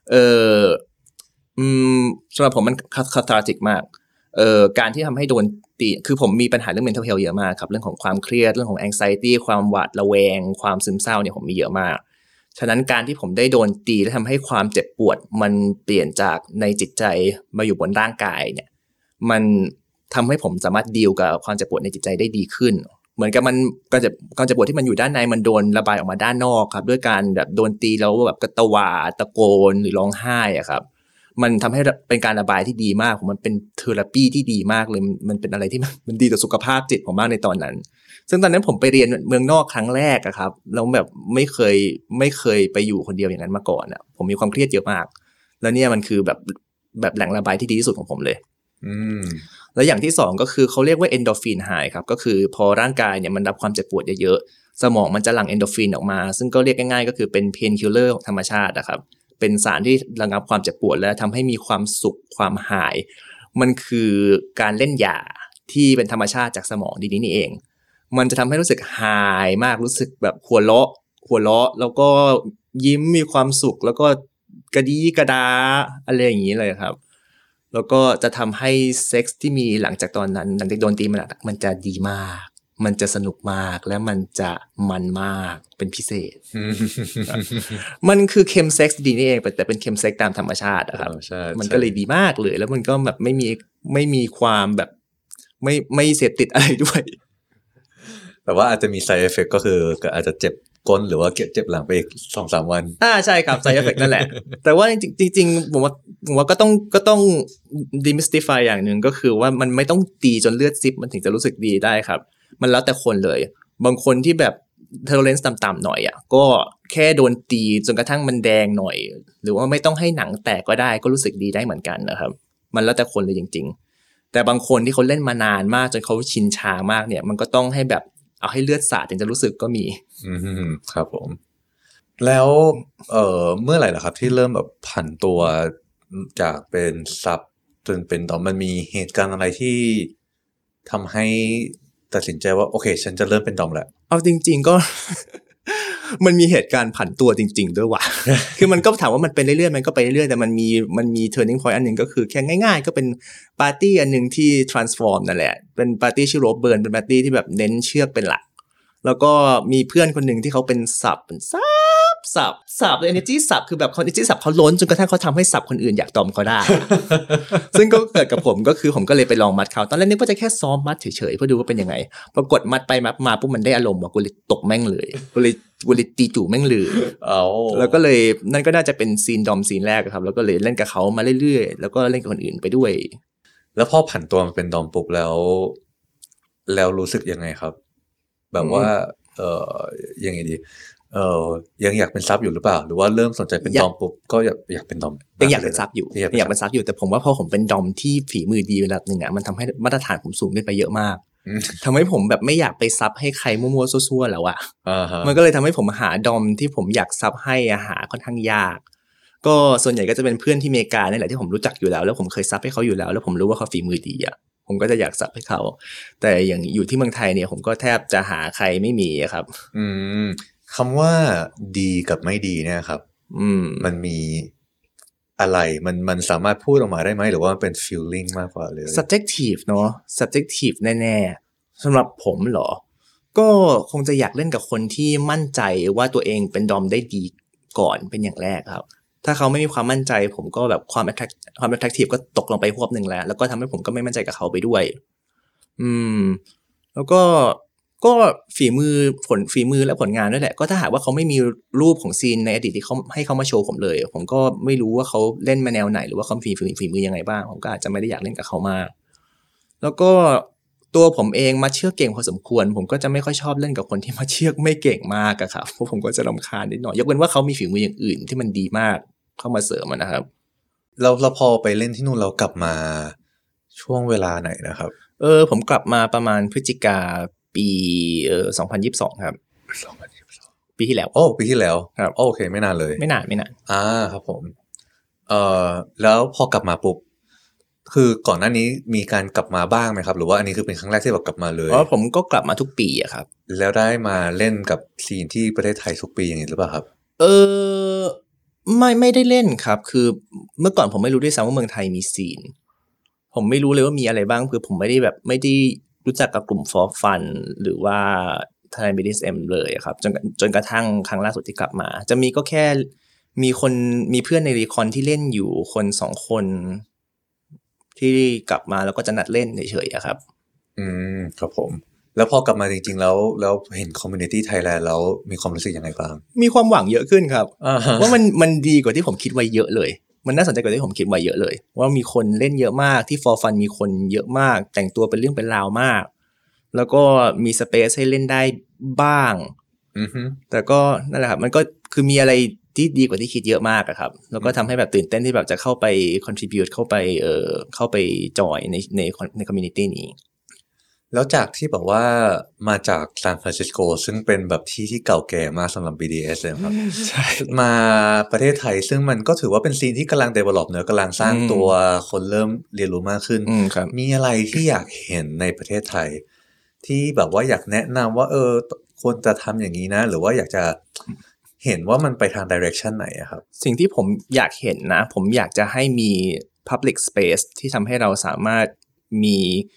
Speaker 3: สำหรับผมมันคาทาร์ติกมากการที่ทำให้โดนตีคือผมมีปัญหาเรื่อง mental health เยอะมากครับเรื่องของความเครียดเรื่องของ anxiety ความหวาดระแวงความซึมเศร้าเนี่ยผมมีเยอะมากฉะนั้นการที่ผมได้โดนตีและทำให้ความเจ็บปวดมันเปลี่ยนจากในจิตใจมาอยู่บนร่างกายเนี่ยมันทำให้ผมสามารถดีลกับความเจ็บปวดในจิตใจได้ดีขึ้นเหมือนกับมันการเจ็บปวดที่มันอยู่ด้านในมันโดนระบายออกมาด้านนอกครับด้วยการแบบโดนตีแล้วแบบกระตวาดตะโกนหรือร้องไห้อะครับมันทำให้เป็นการระบายที่ดีมากมันเป็นเทอราปีที่ดีมากเลยมันเป็นอะไรที่มันดีต่อสุขภาพจิตผมมากในตอนนั้นซึ่งตอนนั้นผมไปเรียนเมืองนอกครั้งแรกอะครับแล้วแบบไม่เคยไปอยู่คนเดียวอย่างนั้นมาก่อนอะผมมีความเครียดเยอะมากแล้วเนี่ยมันคือแบบแหล่งระบายที่ดีที่สุดของผมเลยแล้วอย่างที่สองก็คือเขาเรียกว่าเอนโดรฟินไฮครับก็คือพอร่างกายเนี่ยมันรับความเจ็บปวดเยอะๆสมองมันจะหลั่งเอนโดรฟินออกมาซึ่งก็เรียกง่ายๆก็คือเป็นเพนคิลเลอร์ของธรรมชาตินะครับเป็นสารที่ระงับความเจ็บปวดและทำให้มีความสุขความหายมันคือการเล่นยาที่เป็นธรรมชาติจากสมองดีๆนี่เองมันจะทำให้รู้สึกหายมากรู้สึกแบบหัวเราะแล้วก็ยิ้มมีความสุขแล้วก็กระดี้กระดาอะไรอย่างนี้เลยครับแล้วก็จะทำให้เซ็กส์ที่มีหลังจากตอนนั้นหลังจากโดนตีมันจะดีมากมันจะสนุกมากและมันจะมันมากเป็นพิเศษ มันคือเคมเซ็กส์ดีนี่เองแต่เป็นเคมเซ็กส์ตามธรรมชาติอะครับมันก็เลยดีมากเลยแล้วมันก็แบบไม่มีความแบบไม่เสพติดอะไรด้วย
Speaker 2: แต่ว่าอาจจะมี side effect ก็คืออาจจะเจ็บก้นหรือว่าเจ็บหลังไปอีก 2-3 วัน
Speaker 3: ใช่ครับ side effect นั่นแหละ แต่ว่าจริงๆผมว่าก็ต้อง demystify อย่างนึงก็คือว่ามันไม่ต้องตีจนเลือดซิบมันถึงจะรู้สึกดีได้ครับมันแล้วแต่คนเลยบางคนที่แบบ tolerance ต่ำๆหน่อยอ่ะก็แค่โดนตีจนกระทั่งมันแดงหน่อยหรือว่าไม่ต้องให้หนังแตกก็ได้ก็รู้สึกดีได้เหมือนกันนะครับมันแล้วแต่คนเลยจริงๆแต่บางคนที่เขาเล่นมานานมากจนเขาชินชามากเนี่ยมันก็ต้องให้แบบเอาให้เลือดสาดถึงจะรู้สึกก็มี
Speaker 2: ครับผมแล้วเมื่อไหร่ล่ะครับที่เริ่มแบบผันตัวจากเป็นซับจนเป็นดอมมันมีเหตุการณ์อะไรที่ทำให้ตัดสินใจว่าโอเคฉันจะเริ่มเป็นดอมแล้ว
Speaker 3: เอาจริงๆก็ มันมีเหตุการณ์ผันตัวจริงๆด้วยว่ะ คือมันก็ถามว่ามันเป็นเรื่อยๆมันก็ไปเรื่อยๆแต่มันมี turning point อันนึงก็คือแค่ง่ายๆก็เป็นปาร์ตี้อันนึงที่ transform นั่นแหละเป็นปาร์ตี้ชื่อโรบเบิร์นเป็นปาร์ตี้ที่แบบเน้นเชือกเป็นหลักแล้วก็มีเพื่อนคนหนึ่งที่เขาเป็นสับเลย energy สับคือแบบเขา energy สับเขาล้นจนกระทั่งเขาทำให้สับคนอื่นอยากตอมเขาได้ ซึ่งก็เกิดกับผมก็คือผมก็เลยไปลองมัดเขาตอนแรกนึกว่าจะแค่ซ้อมมัดเฉยๆเพื่อดูว่าเป็นยังไงปรากฏมัดไปมัดมาปุ๊บมันได้อารมณ์ว่ะกูเลยตกแม่งเลยกูเลยตีจู่แม่งเลยแล้วก็เลยนั่นก็น่าจะเป็นซีนดอมซีนแรกครับแล้วก็เลยเล่นกับเขามาเรื่อยๆแล้วก็เล่นกับคนอื่นไปด้วย
Speaker 2: แล้วพอผันตัวมาเป็นดอมปุ๊บแล้วรู้สึกยังไงครับแบบว่ายังไงดียังอยากเป็นซับอยู่หรือเปล่าหรือว่าเริ่มสนใจเป็นดอมปุ๊บก็อยากเป็นดอม
Speaker 3: ยังอยากเป็นซับอยู่อยากเป็นซับอยู่แต่ผมว่าพอผมเป็นดอมที่ฝีมือดีระดับนึงอ่ะมันทำให้มาตรฐานผมสูงขึ้นไปเยอะมากทำให้ผมแบบไม่อยากไปซับให้ใครมั่วๆซั่วๆแล้วอ่ะมันก็เลยทำให้ผมหาดอมที่ผมอยากซับให้หาค่อนข้างยากก็ส่วนใหญ่ก็จะเป็นเพื่อนที่อเมริกานี่แหละที่ผมรู้จักอยู่แล้วผมเคยซับให้เขาอยู่แล้วผมรู้ว่าเขาฝีมือดีอ่ะผมก็จะอยากซับให้เขาแต่อย่างอยู่ที่เมืองไทยเนี่ยผมก็แทบจะหาใครไม่มีครับ
Speaker 2: คำว่าดีกับไม่ดีเนี่ยครับมันมีอะไรมันสามารถพูดออกมาได้ไหมหรือว่ามันเป็น feeling มากกว่าเลย
Speaker 3: subjective เนาะ subjective แน่ๆสำหรับผมเหรอก็คงจะอยากเล่นกับคนที่มั่นใจว่าตัวเองเป็นดอมได้ดีก่อนเป็นอย่างแรกครับถ้าเขาไม่มีความมั่นใจผมก็แบบความ attractive ก็ตกลงไปพวบนึงแล้วก็ทำให้ผมก็ไม่มั่นใจกับเขาไปด้วยแล้วก็ฝีมือและผลงานด้วยแหละก็ถ้าหากว่าเขาไม่มีรูปของซีนในอดีตที่เขาให้เขามาโชว์ผมเลยผมก็ไม่รู้ว่าเขาเล่นมาแนวไหนหรือว่าเขาฝีมือยังไงบ้างผมก็อาจจะไม่ได้อยากเล่นกับเขามากแล้วก็ตัวผมเองมาเชือกเก่งพอสมควรผมก็จะไม่ค่อยชอบเล่นกับคนที่มาเชือกไม่เก่งมากอะครับเพราะผมก็จะรำคาญนิดหน่อยยกเว้นว่าเขามีฝีมืออย่างอื่นที่มันดีมากเข้ามาเสริมนะครับ
Speaker 2: เราพอไปเล่นที่นู่นเรากลับมาช่วงเวลาไหนนะครับ
Speaker 3: ผมกลับมาประมาณพฤศจิกาปี2022ครับ2022ปีที่แล้ว
Speaker 2: ปีที่แล้วครับโอเคไม่นานเลย
Speaker 3: ไม่นาน
Speaker 2: ครับผมแล้วพอกลับมาปุ๊บคือก่อนหน้านี้มีการกลับมาบ้างไหมครับหรือว่าอันนี้คือเป็นครั้งแรกที่แบบกลับมาเลย
Speaker 3: ผมก็กลับมาทุกปีอะครับ
Speaker 2: แล้วได้มาเล่นกับซีนที่ประเทศไทยทุกปีอย่างนี้หรือเปล่าครับ
Speaker 3: ไม่ได้เล่นครับคือเมื่อก่อนผมไม่รู้ด้วยซ้ำว่าเมืองไทยมีซีนผมไม่รู้เลยว่ามีอะไรบ้างคือผมไม่ได้รู้จักกับกลุ่ม For Fun หรือว่า Thailand BDSM เลยครับจนกระทั่งครั้งล่าสุดที่กลับมาจะมีก็แค่มีเพื่อนในรีคอนที่เล่นอยู่คน2คนที่กลับมาแล้วก็จะนัดเล่นเฉยๆครับ
Speaker 2: ครับผมแล้วพอกลับมาจริงๆแล้วเห็น Community Thailand แล้วมีความรู้สึกยังไงบ้าง
Speaker 3: มีความหวังเยอะขึ้นครับ
Speaker 2: ฮะ
Speaker 3: ว่ามันดีกว่าที่ผมคิดไว้เยอะเลยมันน่าสนใจกว่าที่ผมคิดไว้เยอะเลยว่ามีคนเล่นเยอะมากที่ for fun มีคนเยอะมากแต่งตัวเป็นเรื่องเป็นราวมากแล้วก็มีสเปซให้เล่นได้บ้างแต่ก็นั่นแหละครับมันก็คือมีอะไรที่ดีกว่าที่คิดเยอะมากอะครับแล้วก็ทำให้แบบตื่นเต้นที่แบบจะเข้าไป contribute เข้าไปจอยใน community นี้
Speaker 2: แล้วจากที่แบบว่ามาจากซานฟรานซิสโกซึ่งเป็นแบบที่เก่าแก่มากสำหรับ BDS เลยครับ
Speaker 3: ใช่
Speaker 2: มาประเทศไทยซึ่งมันก็ถือว่าเป็นซีนที่กำลัง develop เนอะกำลังสร้างตัวคนเริ่มเรียนรู้มากขึ้นมีอะไรที่อยากเห็นในประเทศไทยที่แบบว่าอยากแนะนำว่าควรจะทำอย่างนี้นะหรือว่าอยากจะเห็นว่ามันไปทาง direction ไหนอะครับ
Speaker 3: สิ่งที่ผมอยากเห็นนะผมอยากจะให้มี public space ที่ทำให้เราสามารถมี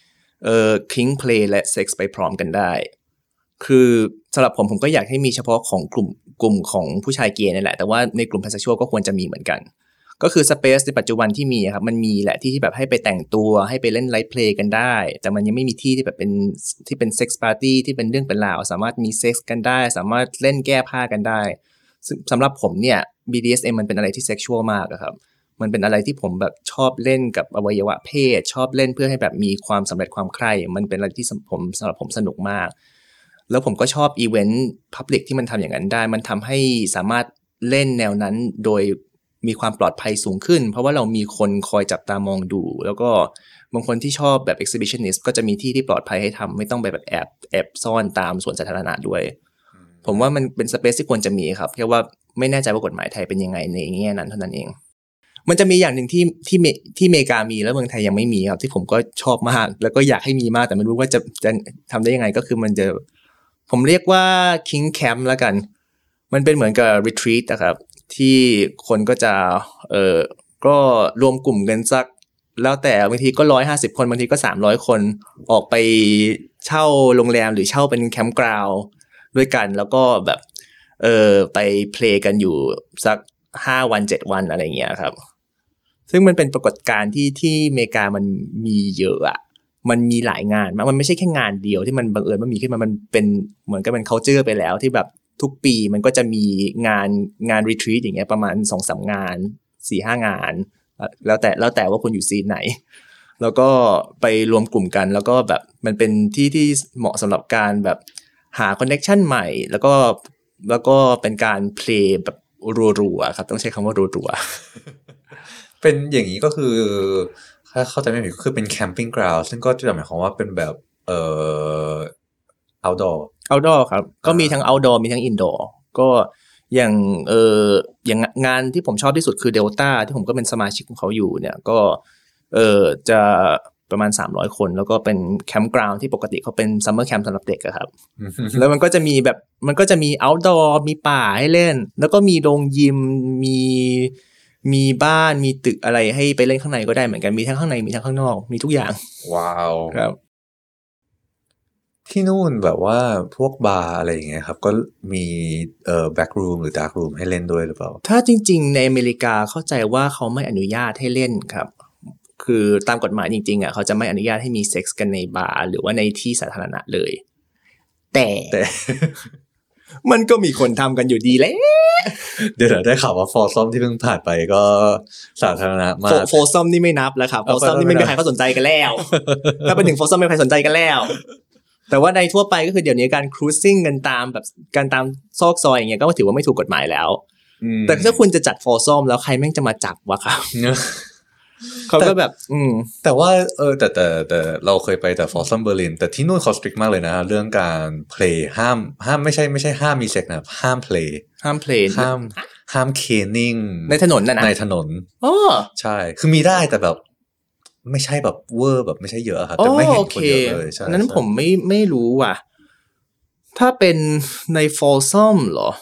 Speaker 3: kink play และ sex ไปพร้อมกันได้คือสำหรับผมก็อยากให้มีเฉพาะของกลุ่มของผู้ชายเกย์นี่แหละแต่ว่าในกลุ่ม pansexual ก็ควรจะมีเหมือนกันก็คือ space ในปัจจุบันที่มีครับมันมีแหละที่แบบให้ไปแต่งตัวให้ไปเล่น light play กันได้แต่มันยังไม่มีที่ที่แบบเป็น sex party ที่เป็นเรื่องเป็นราวสามารถมี sex กันได้สามารถเล่นแก้ผ้ากันได้สำหรับผมเนี่ย BDSM มันเป็นอะไรที่ sexual มากครับมันเป็นอะไรที่ผมแบบชอบเล่นกับอวัยวะเพศชอบเล่นเพื่อให้แบบมีความสำเร็จความใคร่มันเป็นอะไรที่สำหรับผมสนุกมากแล้วผมก็ชอบอีเวนต์ public ที่มันทำอย่างนั้นได้มันทำให้สามารถเล่นแนวนั้นโดยมีความปลอดภัยสูงขึ้นเพราะว่าเรามีคนคอยจับตามองดูแล้วก็บางคนที่ชอบแบบ exhibitionist ก็จะมีที่ที่ปลอดภัยให้ทำไม่ต้องไปแบบแอบซ่อนตามสวนสาธารณะด้วยผมว่ามันเป็นสเปซที่ควรจะมีครับแค่ว่าไม่แน่ใจว่ากฎหมายไทยเป็นยังไงในแง่นั้นเท่านั้นเองมันจะมีอย่างหนึ่งที่อเมริกามีแล้วเมืองไทยยังไม่มีครับที่ผมก็ชอบมากแล้วก็อยากให้มีมากแต่ไม่รู้ว่าจะทำได้ยังไงก็คือมันจะผมเรียกว่า King Camp แล้วกันมันเป็นเหมือนกับ retreat นะครับที่คนก็จะก็รวมกลุ่มกันสักแล้วแต่บางทีก็150คนบางทีก็300คนออกไปเช่าโรงแรมหรือเช่าเป็นแคมป์กราวด์ด้วยกันแล้วก็แบบไปเพลย์กันอยู่สัก5 วัน7 วันอะไรเงี้ยครับซึ่งมันเป็นปรากฏการณ์ที่อเมริกามันมีเยอะอ่ะมันมีหลายงานมากมันไม่ใช่แค่งานเดียวที่มันบังเอิญมันมีขึ้นมามันเป็นเหมือนกับเป็น culture ไปแล้วที่แบบทุกปีมันก็จะมีงาน retreat อย่างเงี้ยประมาณ 2-3 งาน 4-5 งานแล้วแต่ว่าคุณอยู่ซีนไหนแล้วก็ไปรวมกลุ่มกันแล้วก็แบบมันเป็นที่เหมาะสำหรับการแบบหา connection ใหม่แล้วก็เป็นการเพลย์แบบรัวๆครับต้องใช้คำว่ารัว
Speaker 2: ๆเป็นอย่างนี้ก็คือถ้าเข้าใจไม่ผิดก็คือเป็นแคมปิ้งกราวด์ซึ่งก็จะหมายความว่าเป็นแบบoutdoor
Speaker 3: ครับก็มีทั้ง outdoor มีทั้ง indoor ก็อย่างอย่างงานที่ผมชอบที่สุดคือ Delta ที่ผมก็เป็นสมาชิกของเขาอยู่เนี่ยก็จะประมาณ300คนแล้วก็เป็นแคมป์กราวด์ที่ปกติเขาเป็นซัมเมอร์แคมป์สำหรับเด็กอะครับ แล้วมันก็จะมี outdoor มีป่าให้เล่นแล้วก็มีโรงยิมมีบ้านมีตึกอะไรให้ไปเล่นข้างในก็ได้เหมือนกันมีทั้งข้างในมีทั้งข้างนอกมีทุกอย่าง
Speaker 2: ว้าว
Speaker 3: ครับ
Speaker 2: ที่นู่นแบบว่าพวกบาร์อะไรอย่างเงี้ยครับก็มีback room หรือ dark room ให้เล่นด้วยหรือเปล่า
Speaker 3: ถ้าจริงๆในอเมริกาเข้าใจว่าเขาไม่อนุญาตให้เล่นครับคือตามกฎหมายจริงๆอ่ะเขาจะไม่อนุญาตให้มีเซ็กส์กันในบาร์หรือว่าในที่สาธารณะเลยแต่ มันก็มีคนทำกันอยู่ดีแล้ว
Speaker 2: เดี๋ยวได้ข่าวว่าฟอร์ซอมที่เพิ่งผ่านไปก็สาธารณะมาก
Speaker 3: โฟร์ซอมนี่ไม่นับแล้วครับโฟร์ซอมนี่ไม่มีใครเขาสนใจกันแล้วถ้าไปถึงโฟร์ซอมไม่มีใครสนใจกันแล้วแต่ว่าในทั่วไปก็คือเดี๋ยวนี้การครูซิ่งกันตามแบบการตามซอกซอยอย่างเงี้ยก็ถือว่าไม่ถูกกฎหมายแล้วแต่ถ้าคุณจะจัดโฟร์ซอมแล้วใครแม่งจะมาจับวะครับเขาก็แบบ
Speaker 2: แต่ว่าแต่เราเคยไปแต่ฟอร์ซัมเบอร์ลินแต่ที่นู่นเขาสตริกมากเลยนะเรื่องการเพลย์ห้ามไม่ใช่ห้ามมีเซ็กนะห้ามเพลย์
Speaker 3: ห้
Speaker 2: ามเคนนิ่ง
Speaker 3: ในถนน
Speaker 2: ในถนน
Speaker 3: อ๋อ
Speaker 2: ใช่คือมีได้แต่แบบไม่ใช่แบบเวอร์แบบไม่ใช่เยอะครับแต่ไม่เห็นคนเยอะเลยใช่
Speaker 3: นั้นผมไม่รู้ว่ะถ้าเป็นในฟอร์ซัมเหรอ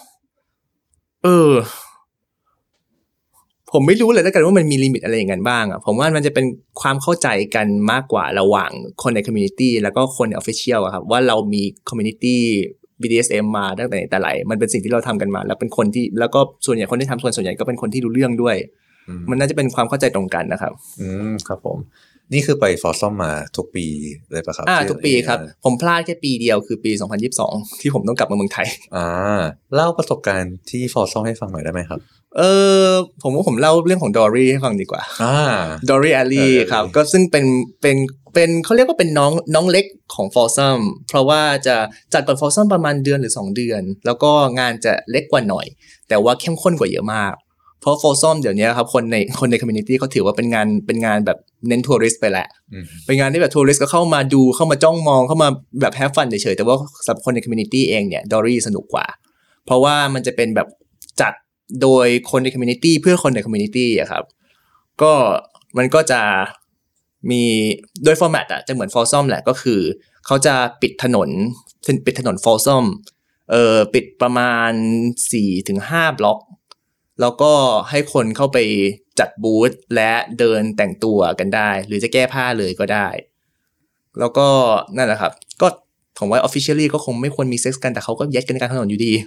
Speaker 3: ผมไม่รู้เลยแล้วกันว่ามันมีลิมิตอะไรอย่างนั้นบ้างอ่ะผมว่ามันจะเป็นความเข้าใจกันมากกว่าระหว่างคนในคอมมูนิตี้แล้วก็คนในออฟฟิเชียลอะครับว่าเรามีคอมมูนิตี้ BDSM มาตั้งแต่ไหนแต่ไรมันเป็นสิ่งที่เราทำกันมาแล้วเป็นคนที่แล้วก็ส่วนใหญ่คนที่ทำส่วนใหญ่ก็เป็นคนที่รู้เรื่องด้วยมันน่าจะเป็นความเข้าใจตรงกันนะครับ
Speaker 2: ครับผมนี่คือไปฟอร์ซอมมาทุกปีเลยปะครับ
Speaker 3: ทุกปีครับผมพลาดแค่ปีเดียวคือปี2022ที่ผมต้องกลับมาเมืองไทย
Speaker 2: เล่าประสบการณ์ที่ฟอร์ซอมให้ฟังหน่อยได้ไหมครับ
Speaker 3: ผมว่าผมเล่าเรื่องของดอรี่ให้ฟังดีกว่าดอรี่แอลลี่ครับก็ซึ่งเป็นเขาเรียกว่าเป็นน้องเล็กของฟอร์ซัมเพราะว่าจะจัดก่อนฟอร์ซัมประมาณเดือนหรือ2เดือนแล้วก็งานจะเล็กกว่าหน่อยแต่ว่าเข้มข้นกว่าเยอะมากเพราะฟอร์ซัมเดี๋ยวนี้ครับคนในคอมมูนิตี้เขาถือว่าเป็นงานแบบเน้นทัวริสต์ไปแหละเป็นงานที่แบบทัวริสต์ก็เข้ามาดูเข้ามาจ้องมองเข้ามาแบบแฮปฟันเฉยๆแต่ว่าสำหรับคนในคอมมูนิตี้เองเนี่ยดอรี่สนุกกว่าเพราะว่ามันจะเป็นแบบจัดโดยคนในคอมมูนิตี้เพื่อคนในคอมมูนิตี้อะครับก็มันก็จะมีโดยฟอร์แมตอะจะเหมือนฟอร์ซัมแหละก็คือเขาจะปิดถนนฟอร์ซัมปิดประมาณ 4-5 บล็อกแล้วก็ให้คนเข้าไปจัดบูธและเดินแต่งตัวกันได้หรือจะแก้ผ้าเลยก็ได้แล้วก็นั่นแหละครับก็ผมว่า officially ก็คงไม่ควรมีเซ็กส์กันแต่เขาก็ยัดกันในกลางถนนอยู่ดี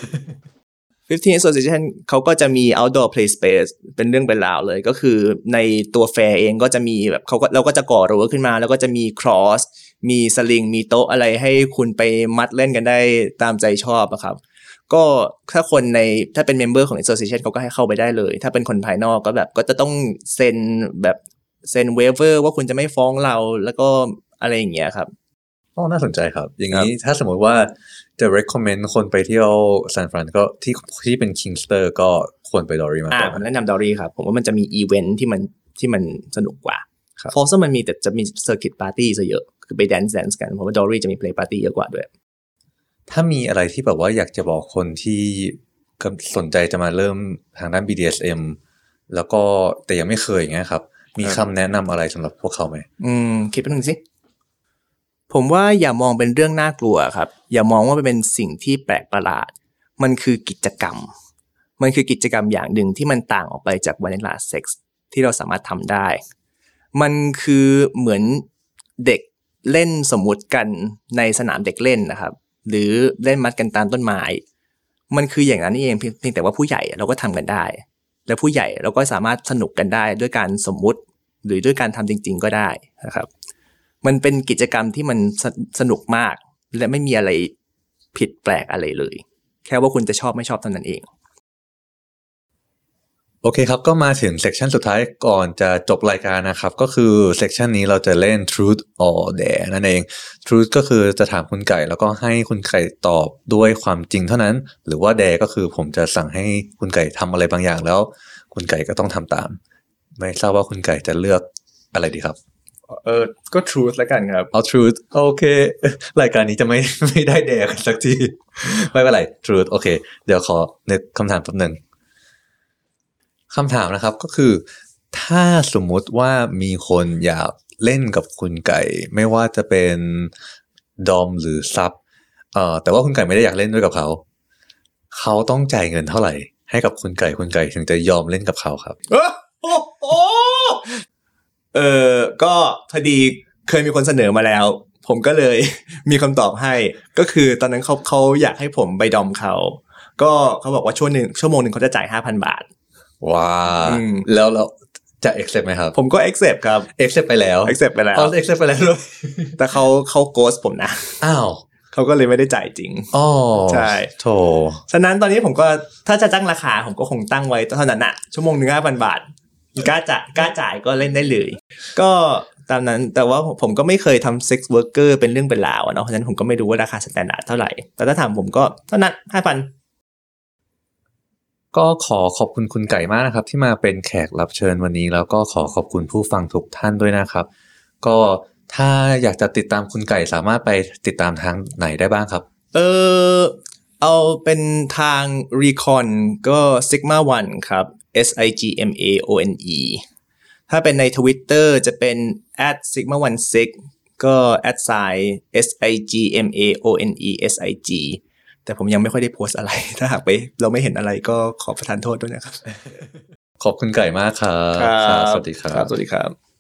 Speaker 3: 15 Association เขาก็จะมี outdoor play space เป็นเรื่องเป็นราวเลยก็คือในตัวแฟร์เองก็จะมีแบบเราก็จะก่อรั้วขึ้นมาแล้วก็จะมี cross มีสลิงมีโต๊ะอะไรให้คุณไปมัดเล่นกันได้ตามใจชอบอะครับก็ถ้าเป็นเมมเบอร์ของ Association เขาก็ให้เข้าไปได้เลยถ้าเป็นคนภายนอกก็จะต้องเซ็นเวเวอร์ว่าคุณจะไม่ฟ้องเราแล้วก็อะไรอย่างเงี้ยครับ
Speaker 2: น่าสนใจครับอย่างนี้ถ้าสมมติว่าจะ recommend คนไปเที่ยวซานฟรานก็ที่เป็น Kingster ก็ควรไปดอรี่มากกว่า
Speaker 3: ผมแนะนำดอรี่ครับผมว่ามันจะมีอีเวนท์ที่มันสนุกกว่าฟอร์ซัมมันมีแต่จะมีเซอร์กิตปาร์ตี้ซะเยอะคือไปแดนซ์กันเพราะว่าดอรี่จะมีเพลย์ปาร์ตี้เยอะกว่าด้วย
Speaker 2: ถ้ามีอะไรที่แบบว่าอยากจะบอกคนที่สนใจจะมาเริ่มทางด้าน BDSM แล้วก็แต่ยังไม่เคยอย่างเงี้ยครับมีคำแนะนำอะไรสำหรับพวกเขาไหม
Speaker 3: คิดแป๊บนึงสิผมว่าอย่ามองเป็นเรื่องน่ากลัวครับอย่ามองว่าเป็นสิ่งที่แปลกประหลาดมันคือกิจกรรมอย่างหนึ่งที่มันต่างออกไปจากวานิลลาเซ็กส์ที่เราสามารถทำได้มันคือเหมือนเด็กเล่นสมมุติกันในสนามเด็กเล่นนะครับหรือเล่นมัดกันตามต้นไม้มันคืออย่างนั้นเองเพียงแต่ว่าผู้ใหญ่เราก็ทำกันได้และผู้ใหญ่เราก็สามารถสนุกกันได้ด้วยการสมมุติหรือด้วยการทำจริงๆก็ได้นะครับมันเป็นกิจกรรมที่มันสนุกมากและไม่มีอะไรผิดแปลกอะไรเลยแค่ว่าคุณจะชอบไม่ชอบเท่านั้นเอง
Speaker 2: โอเคครับก็มาถึงเซกชันสุดท้ายก่อนจะจบรายการนะครับก็คือเซกชันนี้เราจะเล่น Truth or Dare นั่นเอง Truth ก็คือจะถามคุณไก่แล้วก็ให้คุณไก่ตอบด้วยความจริงเท่านั้นหรือว่า Dare ก็คือผมจะสั่งให้คุณไก่ทำอะไรบางอย่างแล้วคุณไก่ก็ต้องทำตามไม่ทราบว่าคุณไก่จะเลือกอะไรดีครับ
Speaker 3: ก็ truth แล้วกันครับ
Speaker 2: เอา truth โอเครายการนี้จะไม่ได้แดกกันสักทีไม่เป็นไร truth โอเคเดี๋ยวขอนึกคำถามแป๊บนึงคำถามนะครับก็คือถ้าสมมุติว่ามีคนอยากเล่นกับคุณไก่ไม่ว่าจะเป็นดอมหรือซับแต่ว่าคุณไก่ไม่ได้อยากเล่นด้วยกับเขาต้องจ่ายเงินเท่าไหร่ให้กับคุณไก่ถึงจะยอมเล่นกับเขาครับ
Speaker 3: ก็พอดีเคยมีคนเสนอมาแล้วผมก็เลยมีคำตอบให้ก็คือตอนนั้นเขาอยากให้ผมไปดอมเขาก็เขาบอกว่าชั่วโมงนึงเขาจะจ่าย 5,000 บาท
Speaker 2: ว้าแล้วจะ accept ไหมครับ
Speaker 3: ผมก็ accept ครับ
Speaker 2: accept ไปแล้ว
Speaker 3: accept ไปแล้ว
Speaker 2: accept ไปแล้วด้วย
Speaker 3: แต่เขาโกสผมนะ
Speaker 2: อ้าว
Speaker 3: เขาก็เลยไม่ได้จ่ายจริงใช่
Speaker 2: โถ
Speaker 3: ฉะนั้นตอนนี้ผมก็ถ้าจะตั้งราคาผมก็คงตั้งไว้เท่านั้นน่ะชั่วโมงนึง 5,000 บาทกล้าจ่ายก็เล่นได้เลยก็ตามนั้นแต่ว่าผมก็ไม่เคยทำ sex worker เป็นเรื่องเป็นราวเนาะเพราะฉะนั้นผมก็ไม่รู้ว่าราคาสแตนดาร์ดเท่าไหร่แต่ถ้าถามผมก็เท่านั้น 5,000
Speaker 2: ก็ขอบคุณคุณไก่มากนะครับที่มาเป็นแขกรับเชิญวันนี้แล้วก็ขอบคุณผู้ฟังทุกท่านด้วยนะครับก็ถ้าอยากจะติดตามคุณไก่สามารถไปติดตามทางไหนได้บ้างครับ
Speaker 3: เอาเป็นทาง Recon ก็ Sigma 1 ครับ SIGMAONE ถ้าเป็นใน Twitter จะเป็น @sigma16 ก็ @SIGMAONESIG แต่ผมยังไม่ค่อยได้โพสอะไรถ้าหากเราไม่เห็นอะไรก็ขอประทานโทษด้วยนะครับ
Speaker 2: ขอบคุณไก่มากครับ
Speaker 3: สวัสดีครับ